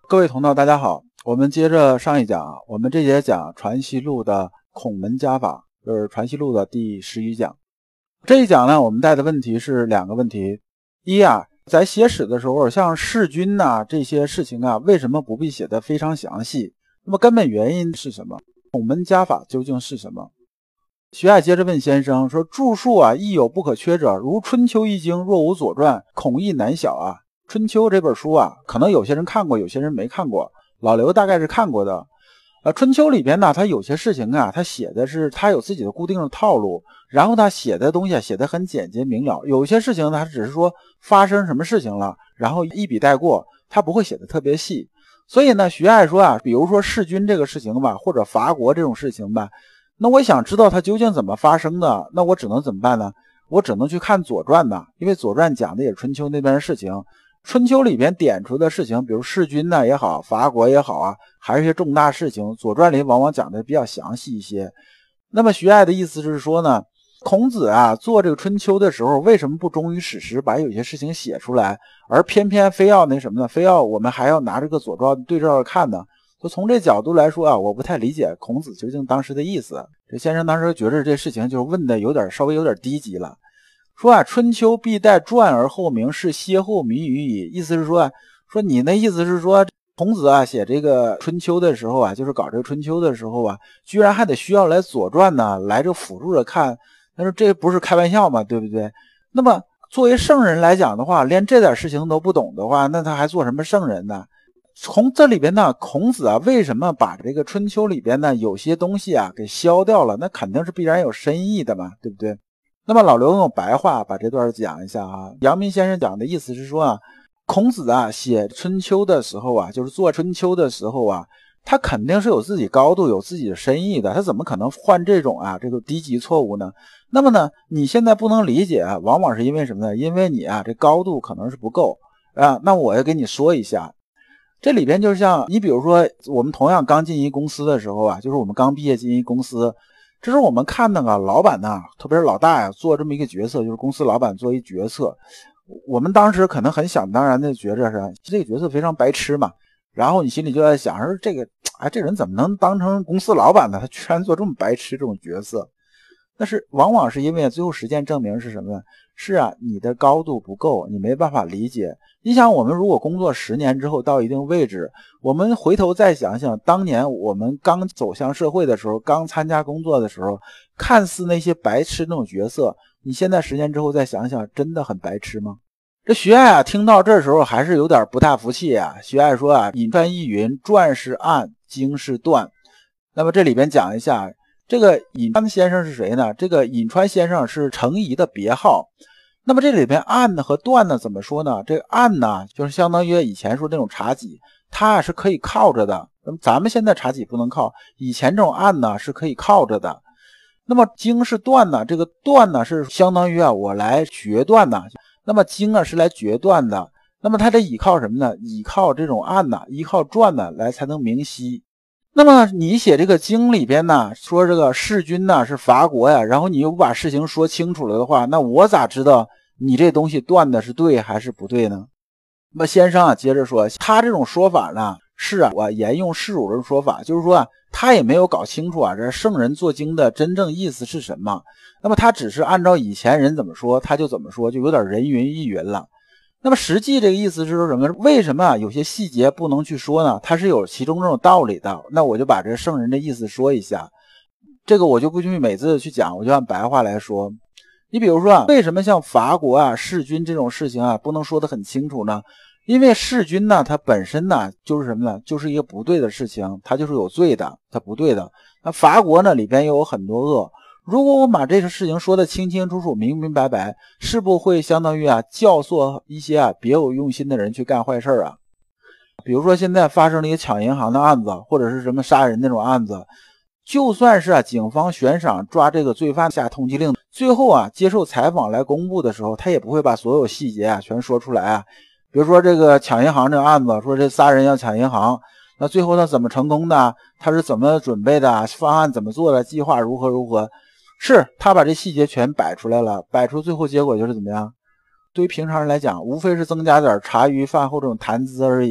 各位同道大家好，我们接着上一讲我们这节讲传习录的孔门家法，就是传习录的第11讲。这一讲呢，我们带的问题是两个问题。一在写史的时候，像弑君这些事情为什么不必写得非常详细？那么根本原因是什么？孔门家法究竟是什么？徐爱接着问先生说，著述亦有不可缺者，如春秋易经若无左传，孔亦难晓春秋这本书可能有些人看过，有些人没看过。老刘大概是看过的。春秋里边呢，他有些事情他写的是他有自己的固定的套路，然后他写的东西写得很简洁明了。有些事情呢，他只是说发生什么事情了，然后一笔带过，他不会写得特别细。所以呢，徐爱说比如说弑君这个事情吧，或者伐国这种事情吧，那我想知道它究竟怎么发生的，那我只能怎么办呢？我只能去看左传因为左传讲的也是春秋那边的事情。春秋里边点出的事情，比如弑君也好，伐国也好还是一些重大事情，左传里往往讲的比较详细一些。那么徐爱的意思是说呢，孔子做这个春秋的时候，为什么不忠于史实，把有些事情写出来，而偏偏非要那什么呢？非要我们还要拿这个左传对照着看呢？就从这角度来说我不太理解孔子究竟当时的意思。这先生当时觉得这事情就问的稍微有点低级了。说春秋必待传而后明，是歇后谜语矣。意思是说你那意思是说孔子写这个春秋的时候就是搞这个春秋的时候居然还得需要来左传来这辅助着看，但是这不是开玩笑嘛，对不对？那么作为圣人来讲的话，连这点事情都不懂的话，那他还做什么圣人呢？从这里边孔子为什么把这个春秋里边有些东西给消掉了？那肯定是必然有深意的嘛，对不对？那么老刘用白话把这段讲一下阳明先生讲的意思是说孔子写春秋的时候就是做春秋的时候他肯定是有自己高度，有自己的深意的，他怎么可能犯这种这个低级错误呢？那么呢，你现在不能理解往往是因为什么呢？因为你这高度可能是不够那我要跟你说一下，这里边就像你比如说我们同样刚进一公司的时候就是我们刚毕业进一公司，这是我们看那个老板特别是老大做这么一个角色，就是公司老板做一角色，我们当时可能很想当然的觉着是这个角色非常白痴嘛，然后你心里就在想说这人怎么能当成公司老板呢？他居然做这么白痴这种角色。但是往往是因为最后实践证明是什么呢？是你的高度不够，你没办法理解。你想我们如果工作10年之后到一定位置，我们回头再想想当年我们刚走向社会的时候，刚参加工作的时候，看似那些白痴那种角色，你现在10年之后再想想，真的很白痴吗？这徐爱听到这时候还是有点不大服气徐爱说颍川亦云，传是案，经是断。那么这里边讲一下这个颍川先生是谁呢？这个颍川先生是程颐的别号。那么这里边案和断怎么说呢？这个案就是相当于以前说这种茶几，它是可以靠着的。那么咱们现在茶几不能靠，以前这种案是可以靠着的。那么经是断这个断是相当于我来决断那么经是来决断的。那么它这倚靠什么呢？倚靠这种案依靠传来才能明晰。那么你写这个经里边说这个弑君是伐国然后你又不把事情说清楚了的话，那我咋知道你这东西断的是对还是不对呢？那么先生接着说，他这种说法呢是我沿用世主的说法，就是说他也没有搞清楚这圣人做经的真正意思是什么。那么他只是按照以前人怎么说他就怎么说，就有点人云亦云了。那么实际这个意思是说什么？为什么有些细节不能去说呢？它是有其中这种道理的。那我就把这个圣人的意思说一下，这个我就不去每次去讲，我就按白话来说。你比如说为什么像伐国弑君这种事情不能说得很清楚呢？因为弑君它本身就是什么呢？就是一个不对的事情，它就是有罪的，它不对的。那伐国里边又有很多恶。如果我把这个事情说得清清楚楚明明白白，是不会相当于教唆一些别有用心的人去干坏事比如说现在发生了一个抢银行的案子，或者是什么杀人那种案子，就算是警方悬赏抓这个罪犯下通缉令，最后接受采访来公布的时候，他也不会把所有细节全说出来比如说这个抢银行这个案子，说这仨人要抢银行，那最后他怎么成功的？他是怎么准备的？方案怎么做的？计划如何如何？是他把这细节全摆出来了，摆出最后结果就是怎么样？对于平常人来讲，无非是增加点茶余饭后这种谈资而已。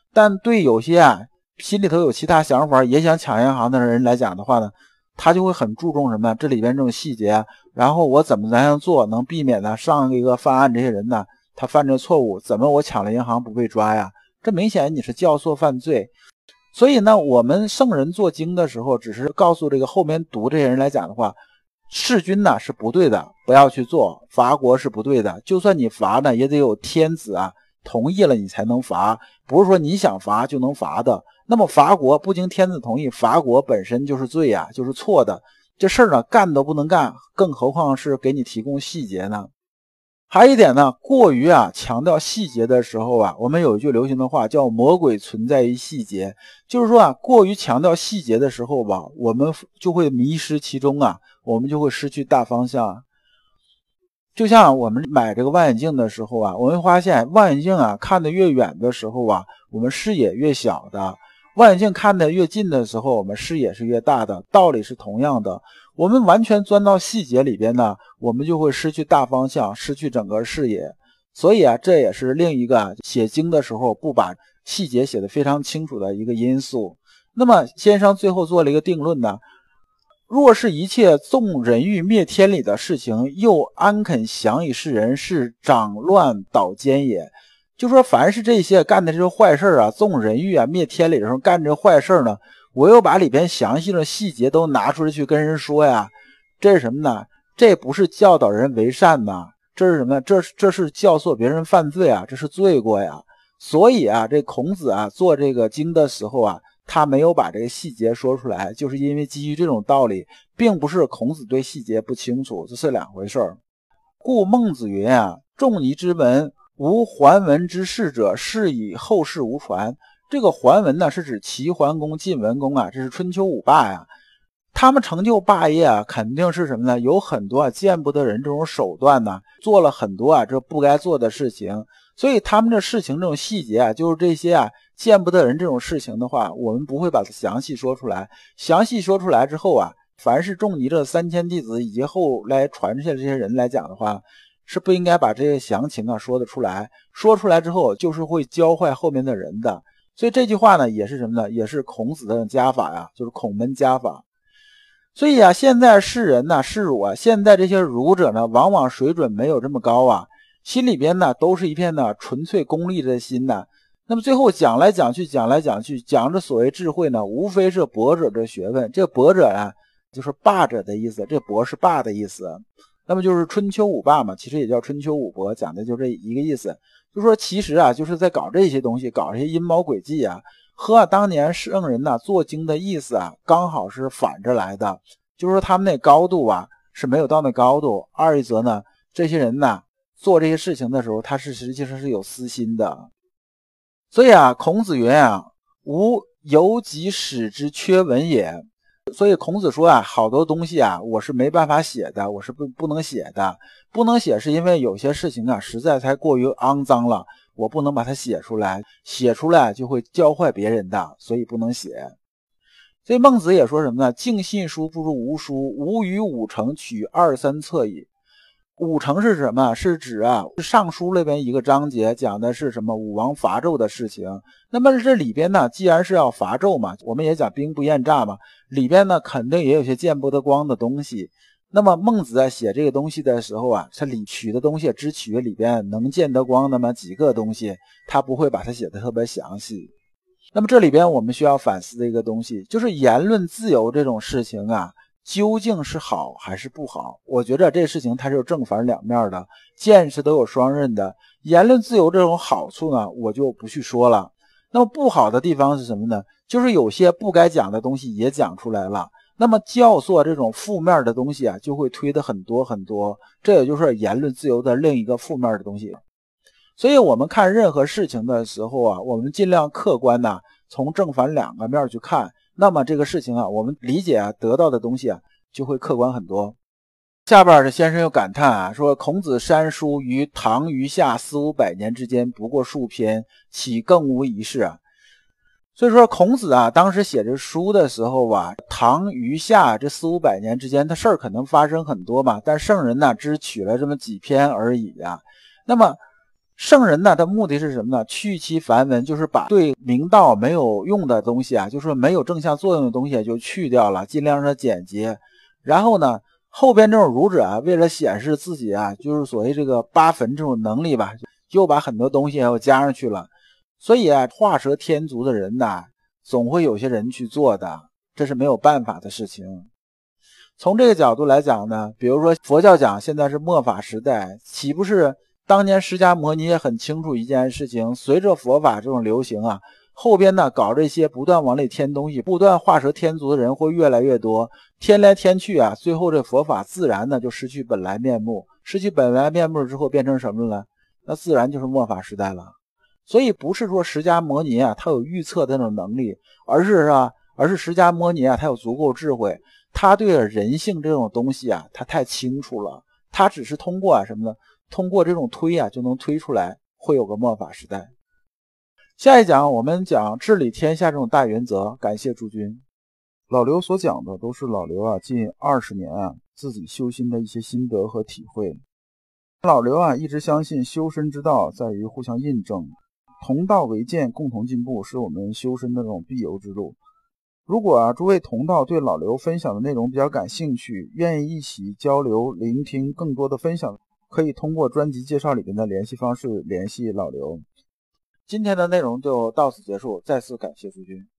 但对有些心里头有其他想法也想抢银行的人来讲的话呢，他就会很注重什么这里边这种细节，然后我怎么才能做能避免呢上一个犯案这些人呢他犯这错误，怎么我抢了银行不被抓呀？这明显你是教唆犯罪。所以呢，我们圣人做经的时候，只是告诉这个后面读这些人来讲的话，弑君呢是不对的，不要去做；伐国是不对的，就算你伐呢，也得有天子同意了你才能伐，不是说你想伐就能伐的。那么伐国不经天子同意，伐国本身就是罪就是错的。这事儿呢干都不能干，更何况是给你提供细节呢？还有一点呢，过于强调细节的时候我们有一句流行的话叫魔鬼存在于细节，就是说过于强调细节的时候我们就会迷失其中我们就会失去大方向。就像我们买这个望远镜的时候我们发现望远镜看得越远的时候我们视野越小的，望远镜看得越近的时候我们视野是越大的，道理是同样的。我们完全钻到细节里边呢，我们就会失去大方向，失去整个视野。所以这也是另一个写经的时候不把细节写得非常清楚的一个因素。那么先生最后做了一个定论呢，若是一切纵人欲灭天理的事情，又安肯降以示人，是长乱倒奸也。就说凡是这些干的这些坏事纵人欲灭天理的时候干这坏事呢，我又把里边详细的细节都拿出来去跟人说这是什么呢？这不是教导人为善这是什么呢？这是教唆别人犯罪这是罪过所以这孔子做这个经的时候他没有把这个细节说出来，就是因为基于这种道理，并不是孔子对细节不清楚，这是两回事儿。故孟子云仲尼之文，无桓文之事者，是以后世无传。这个桓文呢是指齐桓公、晋文公这是春秋五霸他们成就霸业肯定是什么呢？有很多见不得人这种手段做了很多这不该做的事情。所以他们这事情这种细节就是这些见不得人这种事情的话，我们不会把它详细说出来。详细说出来之后凡是仲尼这3000弟子以及后来传下这些人来讲的话，是不应该把这些详情说得出来。说出来之后就是会教坏后面的人的。所以这句话呢也是什么呢？也是孔子的家法就是孔门家法。所以现在世人世儒现在这些儒者呢，往往水准没有这么高心里边呢都是一片纯粹功利的心那么最后讲来讲去讲着所谓智慧呢，无非是博者的学问。这博者就是霸者的意思，这博是霸的意思。那么就是春秋五霸嘛，其实也叫春秋五博，讲的就这一个意思。就说其实就是在搞这些东西，搞这些阴谋诡计和当年圣人做经的意思刚好是反着来的。就是说他们那高度是没有到那高度。二一则呢，这些人做这些事情的时候，他是实际上是有私心的。所以孔子云无由己使之缺文也。所以孔子说好多东西我是没办法写的，我是不能写的。不能写是因为有些事情实在太过于肮脏了，我不能把它写出来，写出来就会教坏别人的，所以不能写。所以孟子也说什么呢？敬信书不如无书，吾与五成取2、3策矣。五成是什么？是指尚书那边一个章节讲的是什么武王伐纣的事情。那么这里边既然是要伐纣嘛，我们也讲兵不厌诈嘛，里边肯定也有些见不得光的东西。那么孟子在写这个东西的时候他里取的东西只取里边能见得光那么几个东西，他不会把它写得特别详细。那么这里边我们需要反思的一个东西，就是言论自由这种事情究竟是好还是不好？我觉得这事情它是有正反两面的，剑是都有双刃的。言论自由这种好处呢，我就不去说了。那么不好的地方是什么呢？就是有些不该讲的东西也讲出来了。那么教唆这种负面的东西就会推得很多很多。这也就是言论自由的另一个负面的东西。所以我们看任何事情的时候我们尽量客观从正反两个面去看。那么这个事情我们理解得到的东西就会客观很多。下边这先生又感叹说孔子删书于唐余夏4、500年之间不过数篇，岂更无一事所以说孔子当时写这书的时候唐余夏这4、500年之间，他事儿可能发生很多嘛，但圣人只取了这么几篇而已那么圣人呢，他目的是什么呢？去其繁文，就是把对明道没有用的东西啊，就是没有正向作用的东西就去掉了，尽量让它简洁。然后呢，后边这种儒者啊，为了显示自己啊，就是所谓这个八坟这种能力吧，又把很多东西又加上去了。所以啊，画蛇添足的人呢，总会有些人去做的，这是没有办法的事情。从这个角度来讲呢，比如说佛教讲现在是末法时代，岂不是当年释迦牟尼也很清楚一件事情，随着佛法这种流行啊，后边呢搞这些不断往里添东西，不断画蛇添足的人会越来越多，添来添去啊，最后这佛法自然呢就失去本来面目，失去本来面目之后变成什么了？那自然就是末法时代了。所以不是说释迦牟尼啊他有预测的那种能力，而是释迦牟尼啊他有足够智慧，他对人性这种东西啊他太清楚了，他只是通过什么呢？通过这种推啊就能推出来会有个末法时代。下一讲我们讲治理天下这种大原则，感谢诸君。 老刘所讲的都是老刘近20年自己修心的一些心得和体会。老刘一直相信修身之道在于互相印证，同道为鉴，共同进步是我们修身的这种必由之路。如果诸位同道对老刘分享的内容比较感兴趣，愿意一起交流聆听更多的分享，可以通过专辑介绍里面的联系方式联系老刘。 今天的内容就到此结束，再次感谢诸君。